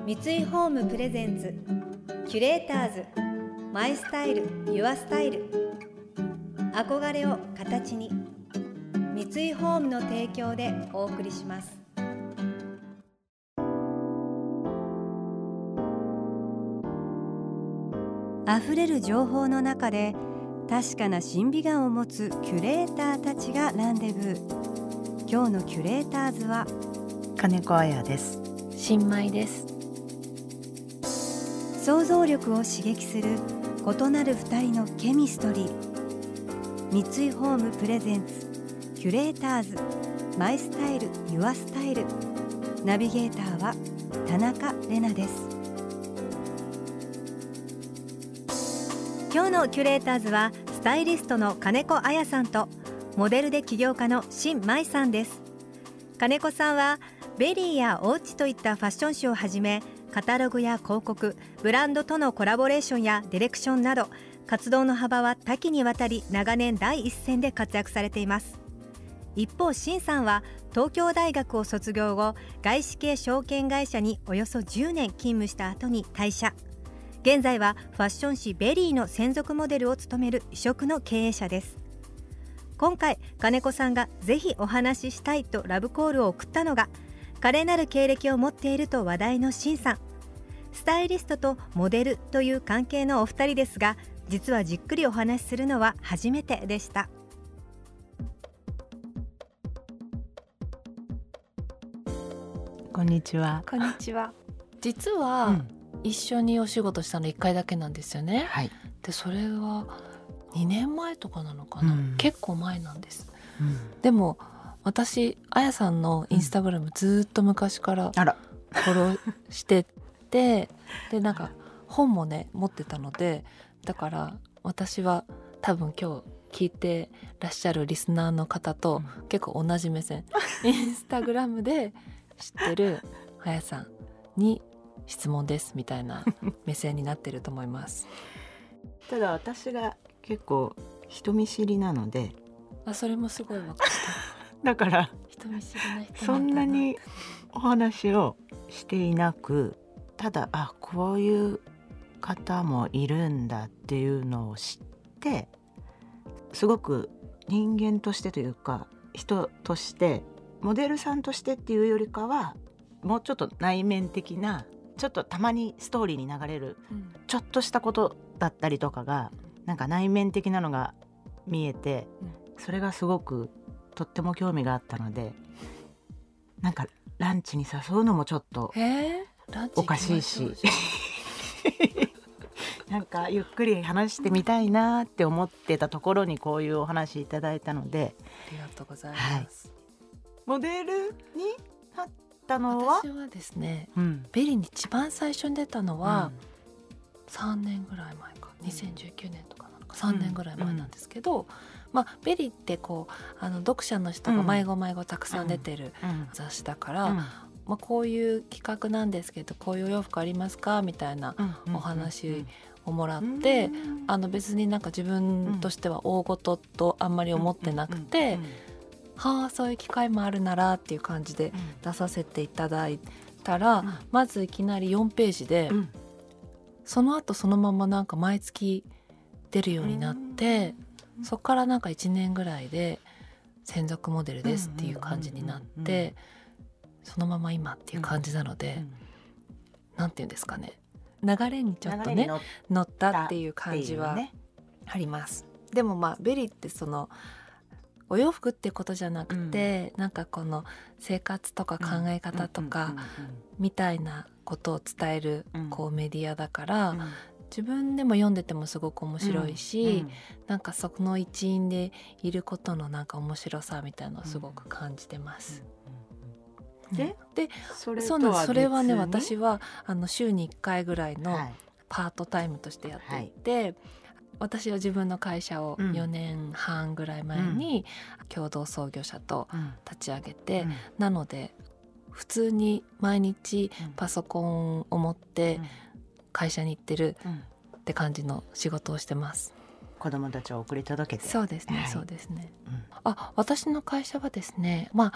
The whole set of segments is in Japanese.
三井ホームプレゼンツキュレーターズマイスタイルユアスタイル、憧れを形に、三井ホームの提供でお送りします。あふれる情報の中で確かな審美眼を持つキュレーターたちがランデブー。今日のキュレーターズは金子彩です。 新米です。 想像力を刺激する異なる二人のケミストリー。三井ホームプレゼンツキュレーターズマイスタイルユアスタイル、ナビゲーターは田中れなです。今日のキュレーターズはスタイリストの金子彩さんとモデルで起業家の新米さんです。金子さんはベリーやおうちといったファッション誌をはじめ、カタログや広告、ブランドとのコラボレーションやディレクションなど、活動の幅は多岐にわたり長年第一線で活躍されています。一方、新さんは東京大学を卒業後、外資系証券会社におよそ10年勤務した後に退社。現在はファッション誌ベリーの専属モデルを務める異色の経営者です。今回金子さんがぜひお話ししたいとラブコールを送ったのが、華麗なる経歴を持っていると話題の新さん。スタイリストとモデルという関係のお二人ですが、実はじっくりお話しするのは初めてでした。 こんにちは。 こんにちは。実は、一緒にお仕事したの1回だけなんですよね。 はい。 でそれは2年前とかなのかな、結構前なんです。でも私、あやさんのインスタグラムずっと昔からフォローしてて、でなんか本もね持ってたので、だから私は多分今日聞いてらっしゃるリスナーの方と結構同じ目線、インスタグラムで知ってるあやさんに質問ですみたいな目線になってると思います。 ただ私が結構人見知りなので、 それもすごい分かった。 だから人見知りな人そんなにお話をしていなく、ただこういう方もいるんだっていうのを知って、すごく人間としてというか人として、モデルさんとしてっていうよりかはもうちょっと内面的な、ちょっとたまにストーリーに流れる、ちょっとしたことだったりとかが、なんか内面的なのが見えて、それがすごくとっても興味があったので、なんかランチに誘うのもちょっとおかしいし、なんかゆっくり話してみたいなって思ってたところにこういうお話いただいたので、 ありがとうございます。 モデルになったのは、 私はですね、ベリーに一番最初に出たのは、3年ぐらい前か、2019年とかなのか、3年ぐらい前なんですけど、ベリーってこう読者の人が迷子迷子たくさん出てる雑誌だから、こういう企画なんですけど、こういうお洋服ありますかみたいなお話をもらって、別になんか自分としては大事とあんまり思ってなくて、そういう機会もあるならっていう感じで出させていただいたら、まずいきなり4ページで、その後そのままなんか毎月出るようになって、そこからなんか1年ぐらいで専属モデルですっていう感じになって、そのまま今っていう感じなので、なんていうんですかね、流れにちょっとね乗ったっていう感じはあります。でもベリーってそのお洋服ってことじゃなくて、なんかこの生活とか考え方とかみたいなことを伝えるこうメディアだから、自分でも読んでてもすごく面白いし、なんかその一員でいることのなんか面白さみたいなのをすごく感じてます。でそれはね、私は週に1回ぐらいのパートタイムとしてやっていて、私は自分の会社を4年半ぐらい前に共同創業者と立ち上げて、なので普通に毎日パソコンを持って会社に行ってるって感じの仕事をしてます。 子供たちを送り届けて。 そうですね、そうですね。私の会社はですね、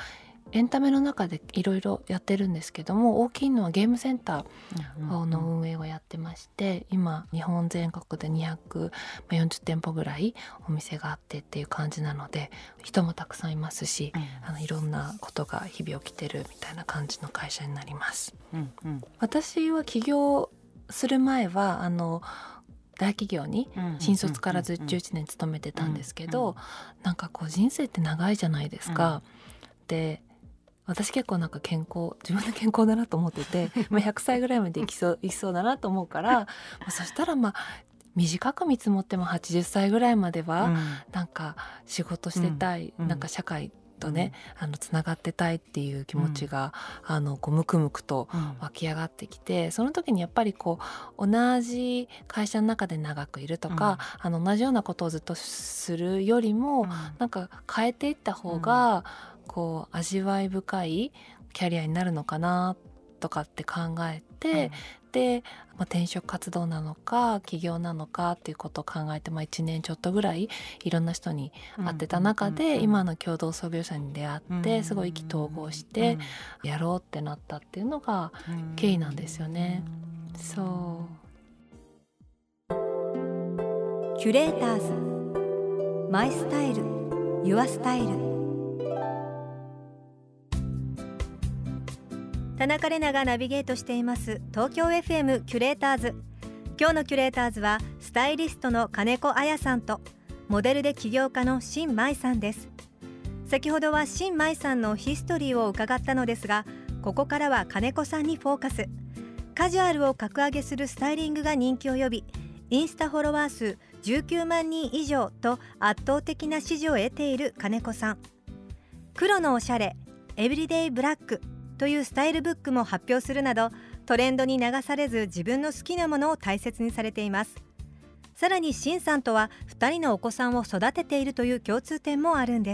エンタメの中でいろいろやってるんですけども、大きいのはゲームセンターの運営をやってまして、今日本全国で240店舗ぐらいお店があってっていう感じなので、人もたくさんいますし、いろんなことが日々起きてるみたいな感じの会社になります。私は起業する前は大企業に新卒から11年勤めてたんですけど、なんかこう人生って長いじゃないですか。で私結構なんか自分で健康だなと思ってて100歳ぐらいまで生きそうだなと思うからそしたら短く見積もっても80歳ぐらいまではなんか仕事してたい、なんか社会とね、つながってたいっていう気持ちが、こうムクムクと湧き上がってきて、その時にやっぱりこう同じ会社の中で長くいるとか、同じようなことをずっとするよりも、なんか変えていった方が、こう味わい深いキャリアになるのかなとかって考えて、で、転職活動なのか起業なのかっていうことを考えて、1年ちょっとぐらいいろんな人に会ってた中で、今の共同創業者に出会って、すごい意気投合してやろうってなったっていうのが経緯なんですよね。そう。 キュレーターズマイスタイルユアスタイル。田中れながナビゲートしています東京 FM キュレーターズ。今日のキュレーターズはスタイリストの金子彩さんとモデルで起業家の新舞さんです。先ほどは新舞さんのヒストリーを伺ったのですが、ここからは金子さんにフォーカス。カジュアルを格上げするスタイリングが人気を呼び、インスタフォロワー数19万人以上と圧倒的な支持を得ている金子さん。黒のおしゃれエブリデイブラックというスタイルブックも発表するなど、トレンドに流されず自分の好きなものを大切にされています。さらに新さんとは2人のお子さんを育てているという共通点もあるんです。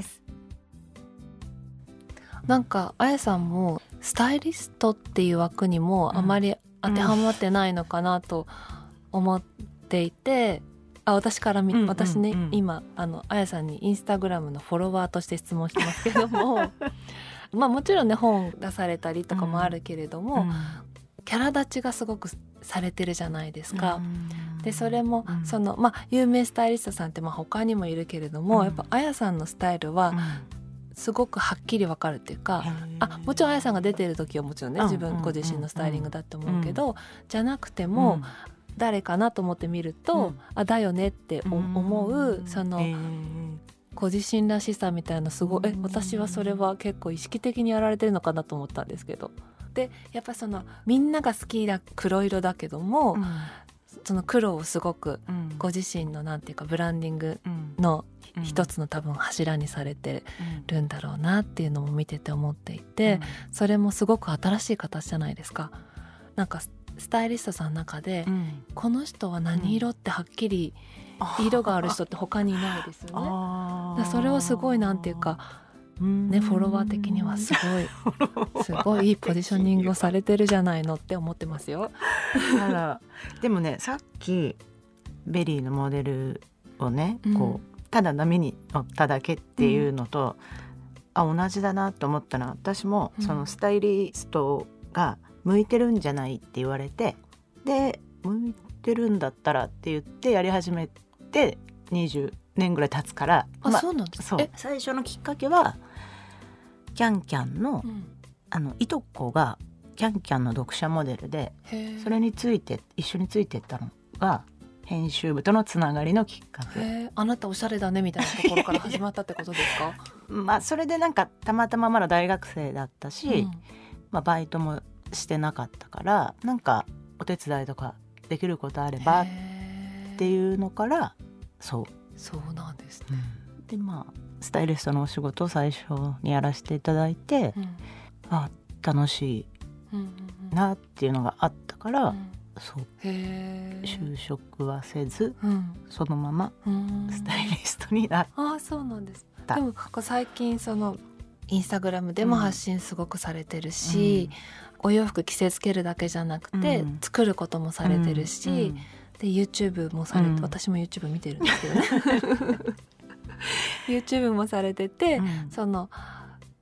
なんかあやさんもスタイリストっていう枠にもあまり当てはまってないのかなと思っていて、私ね、今あやさんにインスタグラムのフォロワーとして質問してますけどももちろんね本出されたりとかもあるけれども、キャラ立ちがすごくされてるじゃないですか。でそれも有名スタイリストさんって他にもいるけれども、やっぱあやさんのスタイルはすごくはっきり分かるっていうか、もちろんあやさんが出てる時はもちろんね自分ご自身のスタイリングだって思うけど、じゃなくても、誰かなと思って見ると、だよねって思うご自身らしさみたいな、すごい私はそれは結構意識的にやられてるのかなと思ったんですけど、でやっぱみんなが好きな黒色だけども、その黒をすごくご自身のなんていうかブランディングの一つの多分柱にされてるんだろうなっていうのも見てて思っていて、それもすごく新しい形じゃないですか。なんかスタイリストさんの中で、この人は何色ってはっきり色がある人って他にいないですよね。それはすごいなんていうかね、フォロワー的にはすごいいいポジショニングをされてるじゃないのって思ってますよ。 でもね、さっきベリーのモデルをね、こうただ波に乗っただけっていうのと、同じだなと思ったのは、私もそのスタイリストが向いてるんじゃないって言われて、で向いてるんだったらって言ってやり始めて20年ぐらい経つから、 そうなんです。 そう、最初のきっかけはキャンキャンの、いとこがキャンキャンの読者モデルで、それについて一緒についてったのが編集部とのつながりのきっかけ。 あなたおしゃれだねみたいなところから始まったってことですか？ それでなんかたまたままだ大学生だったし、バイトもしてなかったから、なんかお手伝いとかできることあればっていうのから、 そうなんですね。 でスタイリストのお仕事を最初にやらせていただいて、楽しいなっていうのがあったから、就職はせず、そのままスタイリストになった。 そうなんです。でも最近インスタグラムでも発信すごくされてるし、お洋服着せつけるだけじゃなくて、作ることもされてるし、で YouTube もされて、私も YouTube 見てるんですけどねYouTube もされてて、フ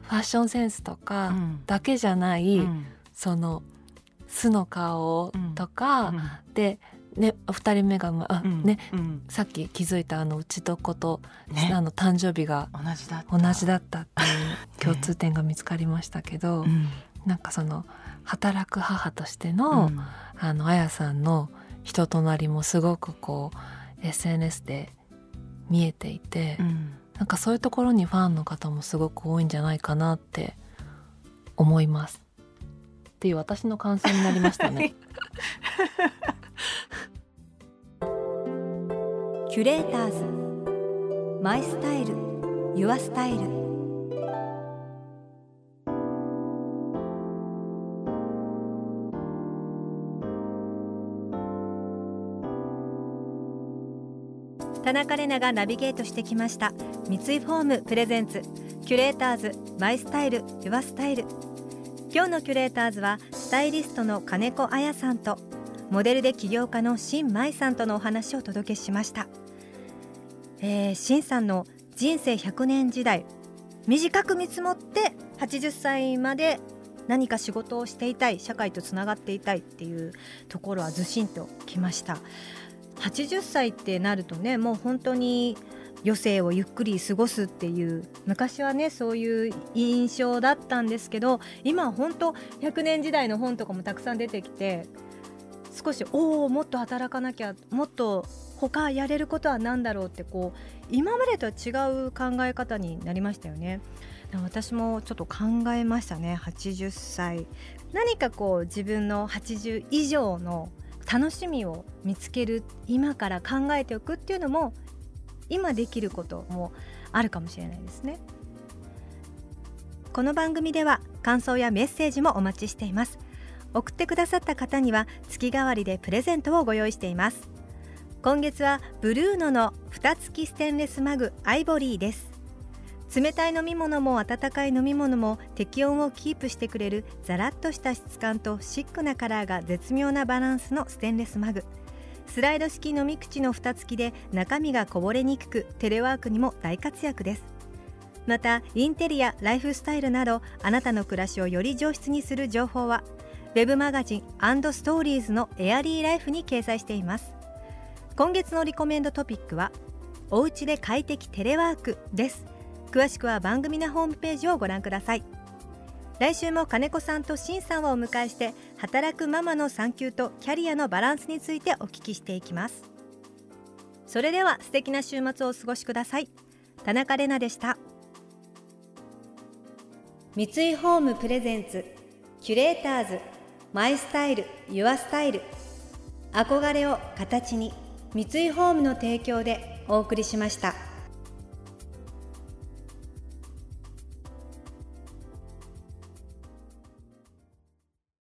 ファッションセンスとかだけじゃない、その素の顔とか、でね、2人目がさっき気づいたうちとこと、誕生日が同じだったっていう共通点が見つかりましたけど、なんかその働く母としての、彩さんの人となりもすごくこう SNS で見えていて、なんかそういうところにファンの方もすごく多いんじゃないかなって思いますっていう私の感想になりましたね。 キュレーターズマイスタイルユアスタイル。田中れながナビゲートしてきました三井フォームプレゼンツキュレーターズマイスタイルユアスタイル。今日のキュレーターズはスタイリストの金子彩さんとモデルで起業家の新舞さんとのお話をお届けしました。新さんの人生100年時代、短く見積もって80歳まで何か仕事をしていたい、社会とつながっていたいっていうところはずしんときました。80歳ってなるとね、もう本当に余生をゆっくり過ごすっていう、昔はねそういう印象だったんですけど、今は本当100年時代の本とかもたくさん出てきて、少しもっと働かなきゃ、もっと他やれることは何だろうって、こう今までとは違う考え方になりましたよね。私もちょっと考えましたね。80歳何かこう自分の80以上の楽しみを見つける、今から考えておくっていうのも今できることもあるかもしれないですね。この番組では感想やメッセージもお待ちしています。送ってくださった方には月替わりでプレゼントをご用意しています。今月はブルーノの蓋付きステンレスマグアイボリーです。冷たい飲み物も温かい飲み物も適温をキープしてくれるザラッとした質感とシックなカラーが絶妙なバランスのステンレスマグ。スライド式飲み口の蓋付きで中身がこぼれにくく、テレワークにも大活躍です。またインテリア、ライフスタイルなどあなたの暮らしをより上質にする情報はウェブマガジン&ストーリーズのエアリーライフに掲載しています。今月のリコメンドトピックはおうちで快適テレワークです。詳しくは番組のホームページをご覧ください。来週も金子さんと新さんをお迎えして、働くママの産休とキャリアのバランスについてお聞きしていきます。それでは素敵な週末をお過ごしください。田中れなでした。三井ホームプレゼンツキュレーターズマイスタイルユアスタイル。憧れを形に、三井ホームの提供でお送りしました。